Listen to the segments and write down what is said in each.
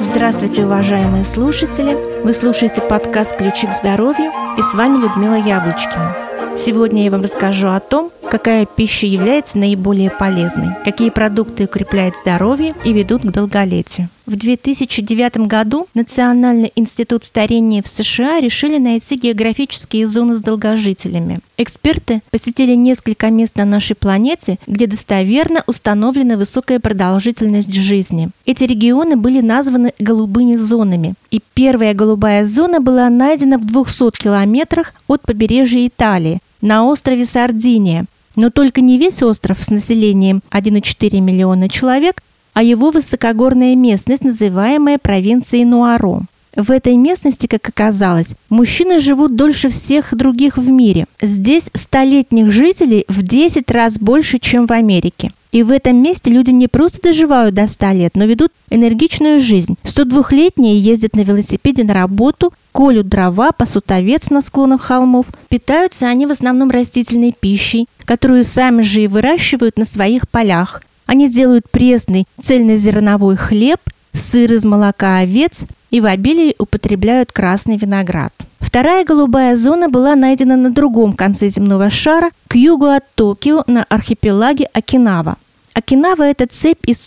Здравствуйте, уважаемые слушатели! Вы слушаете подкаст «Ключи к здоровью», и с вами Людмила Яблочкина. Сегодня я вам расскажу о том, какая пища является наиболее полезной, какие продукты укрепляют здоровье и ведут к долголетию. В 2009 году Национальный институт старения в США решили найти географические зоны с долгожителями. Эксперты посетили несколько мест на нашей планете, где достоверно установлена высокая продолжительность жизни. Эти регионы были названы голубыми зонами, и первая голубая зона была найдена в 200 километрах от побережья Италии, на острове Сардиния. Но только не весь остров с населением 1,4 миллиона человек, а его высокогорная местность, называемая провинцией Нуаро. В этой местности, как оказалось, мужчины живут дольше всех других в мире. Здесь 100-летних жителей в 10 раз больше, чем в Америке. И в этом месте люди не просто доживают до 100 лет, но ведут энергичную жизнь. 102-летние ездят на велосипеде на работу, колют дрова, пасут овец на склонах холмов. Питаются они в основном растительной пищей, которую сами же и выращивают на своих полях. Они делают пресный цельнозерновой хлеб, сыр из молока овец и в обилии употребляют красный виноград. Вторая голубая зона была найдена на другом конце земного шара, к югу от Токио, на архипелаге Окинава. Окинава – это цепь из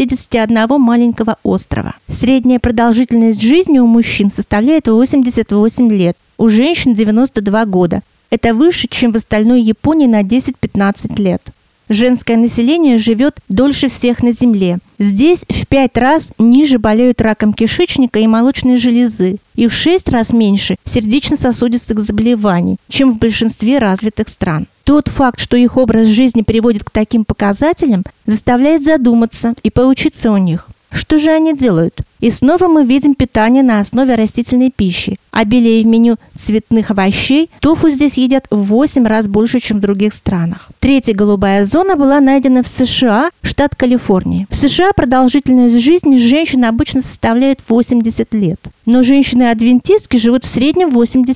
161 маленького острова. Средняя продолжительность жизни у мужчин составляет 88 лет, у женщин 92 года. Это выше, чем в остальной Японии на 10-15 лет. Женское население живет дольше всех на Земле. Здесь в 5 раз ниже болеют раком кишечника и молочной железы, и в 6 раз меньше сердечно-сосудистых заболеваний, чем в большинстве развитых стран. Тот факт, что их образ жизни приводит к таким показателям, заставляет задуматься и поучиться у них. Что же они делают? И снова мы видим питание на основе растительной пищи. Обилие в меню цветных овощей. Тофу здесь едят в 8 раз больше, чем в других странах. Третья голубая зона была найдена в США, штат Калифорния. В США продолжительность жизни женщин обычно составляет 80 лет. Но женщины-адвентистки живут в среднем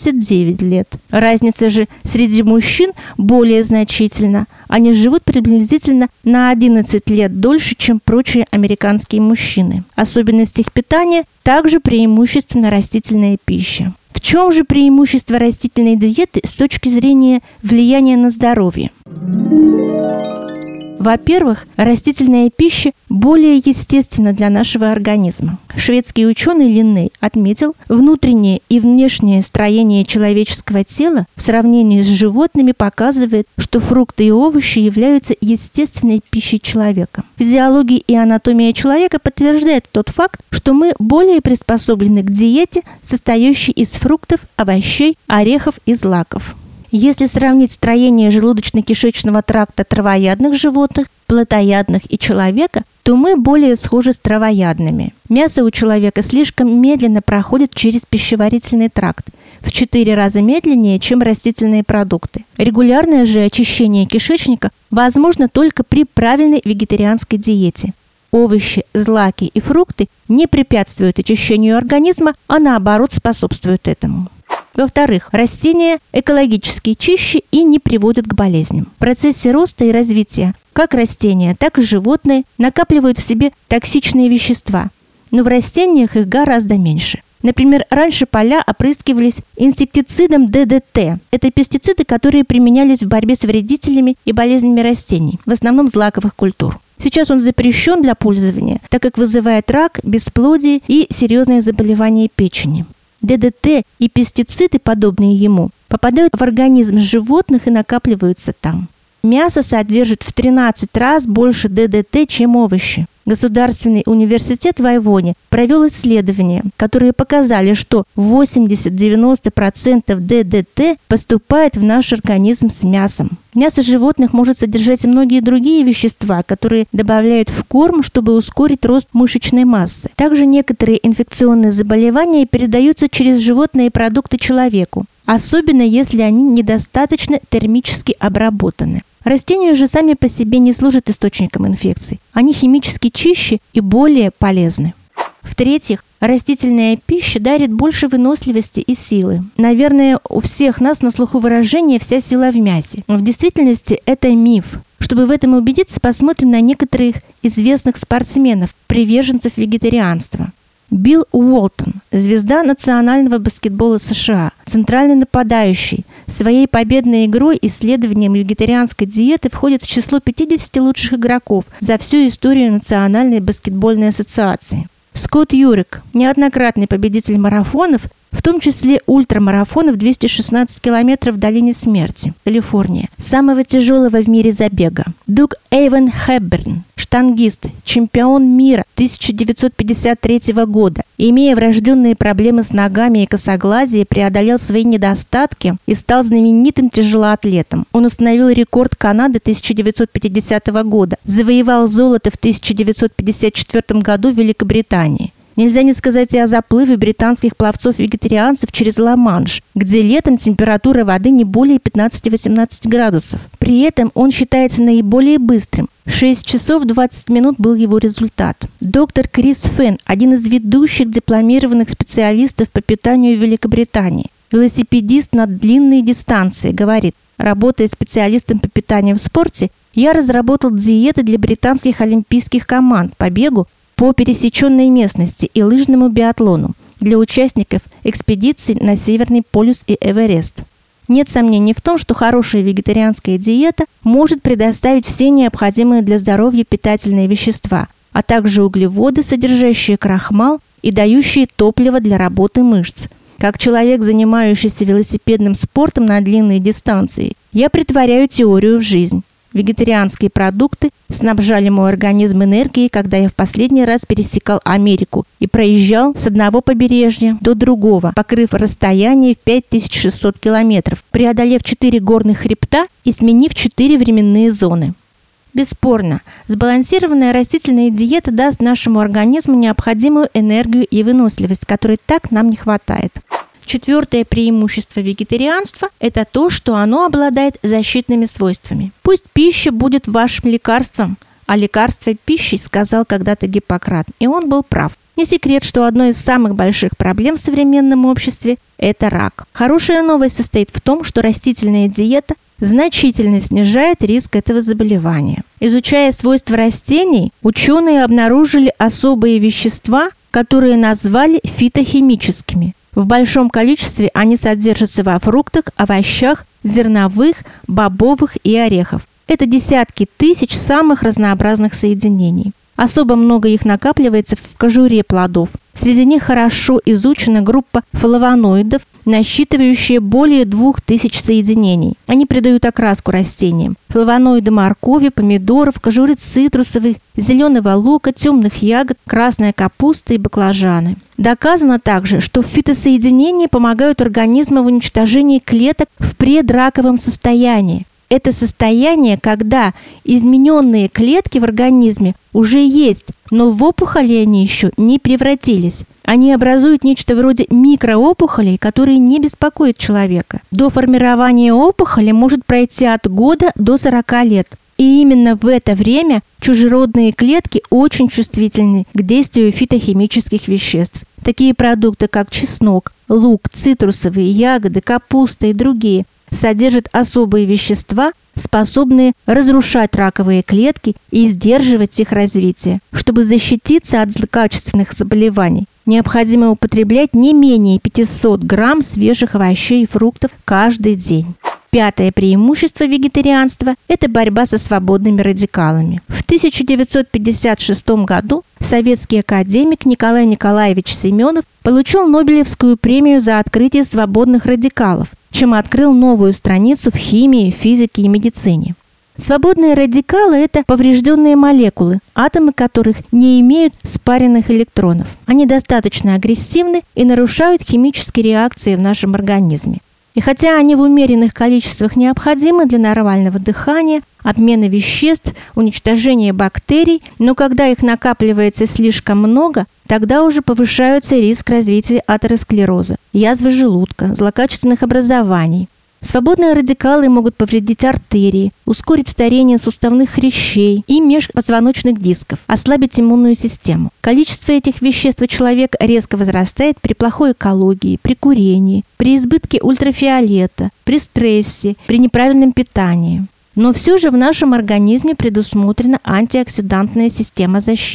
89 лет. Разница же среди мужчин более значительна. Они живут приблизительно на 11 лет дольше, чем прочие американские мужчины. Особенность их питания также преимущественно растительная пища. В чем же преимущество растительной диеты с точки зрения влияния на здоровье? Во-первых, растительная пища более естественна для нашего организма. Шведский ученый Линней отметил, внутреннее и внешнее строение человеческого тела в сравнении с животными показывает, что фрукты и овощи являются естественной пищей человека. Физиология и анатомия человека подтверждают тот факт, что мы более приспособлены к диете, состоящей из фруктов, овощей, орехов и злаков. Если сравнить строение желудочно-кишечного тракта травоядных животных, плотоядных и человека, то мы более схожи с травоядными. Мясо у человека слишком медленно проходит через пищеварительный тракт, в 4 раза медленнее, чем растительные продукты. Регулярное же очищение кишечника возможно только при правильной вегетарианской диете. Овощи, злаки и фрукты не препятствуют очищению организма, а наоборот способствуют этому. Во-вторых, растения экологически чище и не приводят к болезням. В процессе роста и развития как растения, так и животные накапливают в себе токсичные вещества, но в растениях их гораздо меньше. Например, раньше поля опрыскивались инсектицидом ДДТ. Это пестициды, которые применялись в борьбе с вредителями и болезнями растений, в основном злаковых культур. Сейчас он запрещен для пользования, так как вызывает рак, бесплодие и серьезные заболевания печени. ДДТ и пестициды, подобные ему, попадают в организм животных и накапливаются там. Мясо содержит в 13 раз больше ДДТ, чем овощи. Государственный университет в Айвоне провел исследования, которые показали, что 80-90% ДДТ поступает в наш организм с мясом. Мясо животных может содержать многие другие вещества, которые добавляют в корм, чтобы ускорить рост мышечной массы. Также некоторые инфекционные заболевания передаются через животные продукты человеку, особенно если они недостаточно термически обработаны. Растения же сами по себе не служат источником инфекций. Они химически чище и более полезны. В-третьих, растительная пища дарит больше выносливости и силы. Наверное, у всех нас на слуху выражение «вся сила в мясе». Но в действительности это миф. Чтобы в этом убедиться, посмотрим на некоторых известных спортсменов, приверженцев вегетарианства. Билл Уолтон, звезда национального баскетбола США, центральный нападающий, своей победной игрой и исследованием вегетарианской диеты входит в число 50 лучших игроков за всю историю Национальной баскетбольной ассоциации. Скотт Юрик, неоднократный победитель марафонов, в том числе ультрамарафонов 216 километров в долине смерти, Калифорния, самого тяжелого в мире забега. Дуг Эйвен Хэбберн, штангист, чемпион мира 1953 года, имея врожденные проблемы с ногами и косоглазие, преодолел свои недостатки и стал знаменитым тяжелоатлетом. Он установил рекорд Канады 1950 года, завоевал золото в 1954 году в Великобритании. Нельзя не сказать и о заплыве британских пловцов-вегетарианцев через Ла-Манш, где летом температура воды не более 15-18 градусов. При этом он считается наиболее быстрым. 6 часов 20 минут был его результат. Доктор Крис Фен, один из ведущих дипломированных специалистов по питанию в Великобритании, велосипедист на длинные дистанции, говорит: работая специалистом по питанию в спорте, я разработал диеты для британских олимпийских команд по бегу по пересеченной местности и лыжному биатлону для участников экспедиций на Северный полюс и Эверест. Нет сомнений в том, что хорошая вегетарианская диета может предоставить все необходимые для здоровья питательные вещества, а также углеводы, содержащие крахмал и дающие топливо для работы мышц. Как человек, занимающийся велосипедным спортом на длинные дистанции, я претворяю теорию в жизнь. Вегетарианские продукты снабжали мой организм энергией, когда я в последний раз пересекал Америку и проезжал с одного побережья до другого, покрыв расстояние в 5600 километров, преодолев 4 горных хребта и сменив 4 временные зоны. Бесспорно, сбалансированная растительная диета даст нашему организму необходимую энергию и выносливость, которой так нам не хватает. Четвертое преимущество вегетарианства – это то, что оно обладает защитными свойствами. Пусть пища будет вашим лекарством, а лекарство пищей, сказал когда-то Гиппократ, и он был прав. Не секрет, что одной из самых больших проблем в современном обществе – это рак. Хорошая новость состоит в том, что растительная диета значительно снижает риск этого заболевания. Изучая свойства растений, ученые обнаружили особые вещества, которые назвали фитохимическими. В большом количестве они содержатся во фруктах, овощах, зерновых, бобовых и орехов. Это десятки тысяч самых разнообразных соединений. Особо много их накапливается в кожуре плодов. Среди них хорошо изучена группа флавоноидов, насчитывающая более 2000 соединений. Они придают окраску растениям. Флавоноиды моркови, помидоров, кожуры цитрусовых, зеленого лука, темных ягод, красная капуста и баклажаны. Доказано также, что фитосоединения помогают организму в уничтожении клеток в предраковом состоянии. Это состояние, когда измененные клетки в организме уже есть, но в опухоли они еще не превратились. Они образуют нечто вроде микроопухолей, которые не беспокоят человека. До формирования опухоли может пройти от года до 40 лет. И именно в это время чужеродные клетки очень чувствительны к действию фитохимических веществ. Такие продукты, как чеснок, лук, цитрусовые, ягоды, капуста и другие, содержат особые вещества, способные разрушать раковые клетки и сдерживать их развитие. Чтобы защититься от злокачественных заболеваний, необходимо употреблять не менее 500 грамм свежих овощей и фруктов каждый день. Пятое преимущество вегетарианства – это борьба со свободными радикалами. В 1956 году советский академик Николай Николаевич Семенов получил Нобелевскую премию за открытие свободных радикалов, чем открыл новую страницу в химии, физике и медицине. Свободные радикалы – это поврежденные молекулы, атомы которых не имеют спаренных электронов. Они достаточно агрессивны и нарушают химические реакции в нашем организме. И хотя они в умеренных количествах необходимы для нормального дыхания, обмена веществ, уничтожения бактерий, но когда их накапливается слишком много, тогда уже повышается риск развития атеросклероза, язвы желудка, злокачественных образований. Свободные радикалы могут повредить артерии, ускорить старение суставных хрящей и межпозвоночных дисков, ослабить иммунную систему. Количество этих веществ у человека резко возрастает при плохой экологии, при курении, при избытке ультрафиолета, при стрессе, при неправильном питании. Но все же в нашем организме предусмотрена антиоксидантная система защиты.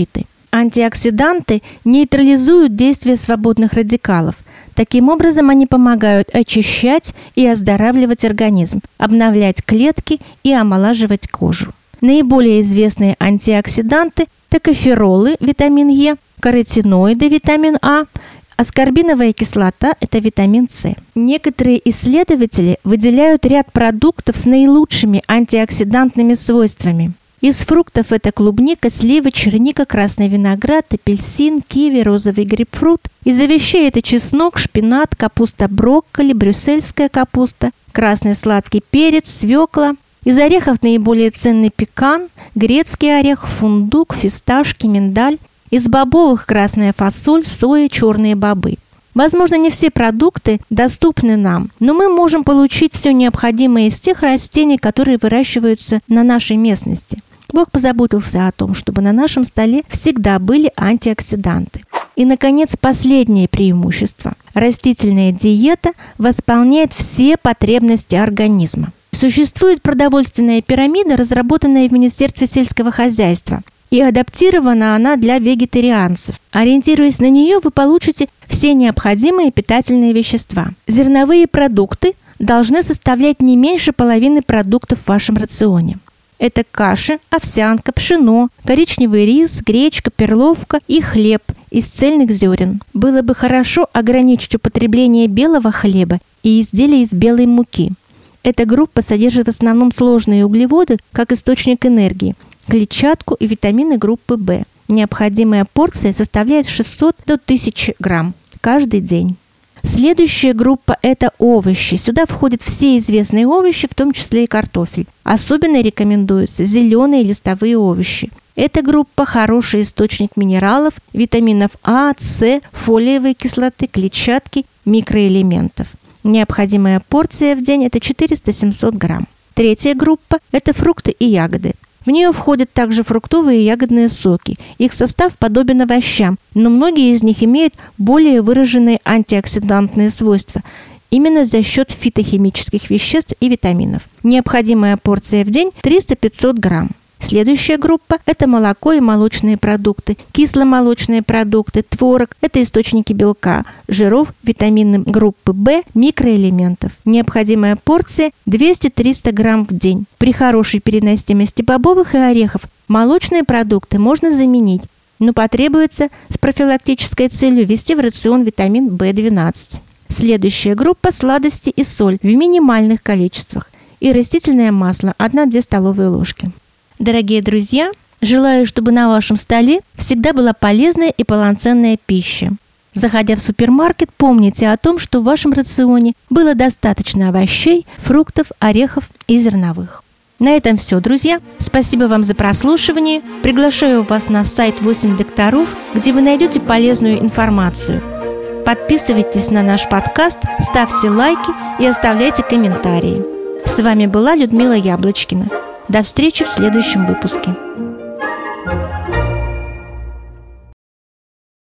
Антиоксиданты нейтрализуют действие свободных радикалов. Таким образом, они помогают очищать и оздоравливать организм, обновлять клетки и омолаживать кожу. Наиболее известные антиоксиданты – токоферолы, витамин Е, каротиноиды, витамин А, аскорбиновая кислота – это витамин С. Некоторые исследователи выделяют ряд продуктов с наилучшими антиоксидантными свойствами. Из фруктов это клубника, слива, черника, красный виноград, апельсин, киви, розовый грейпфрут. Из овощей это чеснок, шпинат, капуста брокколи, брюссельская капуста, красный сладкий перец, свекла. Из орехов наиболее ценный пекан, грецкий орех, фундук, фисташки, миндаль. Из бобовых красная фасоль, соя, черные бобы. Возможно, не все продукты доступны нам, но мы можем получить все необходимое из тех растений, которые выращиваются на нашей местности. Бог позаботился о том, чтобы на нашем столе всегда были антиоксиданты. И, наконец, последнее преимущество. Растительная диета восполняет все потребности организма. Существует продовольственная пирамида, разработанная в Министерстве сельского хозяйства. И адаптирована она для вегетарианцев. Ориентируясь на нее, вы получите все необходимые питательные вещества. Зерновые продукты должны составлять не меньше половины продуктов в вашем рационе. Это каши, овсянка, пшено, коричневый рис, гречка, перловка и хлеб из цельных зерен. Было бы хорошо ограничить употребление белого хлеба и изделий из белой муки. Эта группа содержит в основном сложные углеводы как источник энергии, клетчатку и витамины группы В. Необходимая порция составляет 600 до 1000 грамм каждый день. Следующая группа – это овощи. Сюда входят все известные овощи, в том числе и картофель. Особенно рекомендуются зеленые листовые овощи. Эта группа – хороший источник минералов, витаминов А, С, фолиевой кислоты, клетчатки, микроэлементов. Необходимая порция в день – это 400-700 грамм. Третья группа – это фрукты и ягоды. В нее входят также фруктовые и ягодные соки. Их состав подобен овощам, но многие из них имеют более выраженные антиоксидантные свойства, именно за счет фитохимических веществ и витаминов. Необходимая порция в день – 300-500 грамм. Следующая группа – это молоко и молочные продукты, кисломолочные продукты, творог – это источники белка, жиров, витамины группы В, микроэлементов. Необходимая порция – 200-300 грамм в день. При хорошей переносимости бобовых и орехов молочные продукты можно заменить, но потребуется с профилактической целью ввести в рацион витамин В12. Следующая группа – сладости и соль в минимальных количествах и растительное масло – 1-2 столовые ложки. Дорогие друзья, желаю, чтобы на вашем столе всегда была полезная и полноценная пища. Заходя в супермаркет, помните о том, что в вашем рационе было достаточно овощей, фруктов, орехов и зерновых. На этом все, друзья. Спасибо вам за прослушивание. Приглашаю вас на сайт 8 докторов, где вы найдете полезную информацию. Подписывайтесь на наш подкаст, ставьте лайки и оставляйте комментарии. С вами была Людмила Яблочкина. До встречи в следующем выпуске.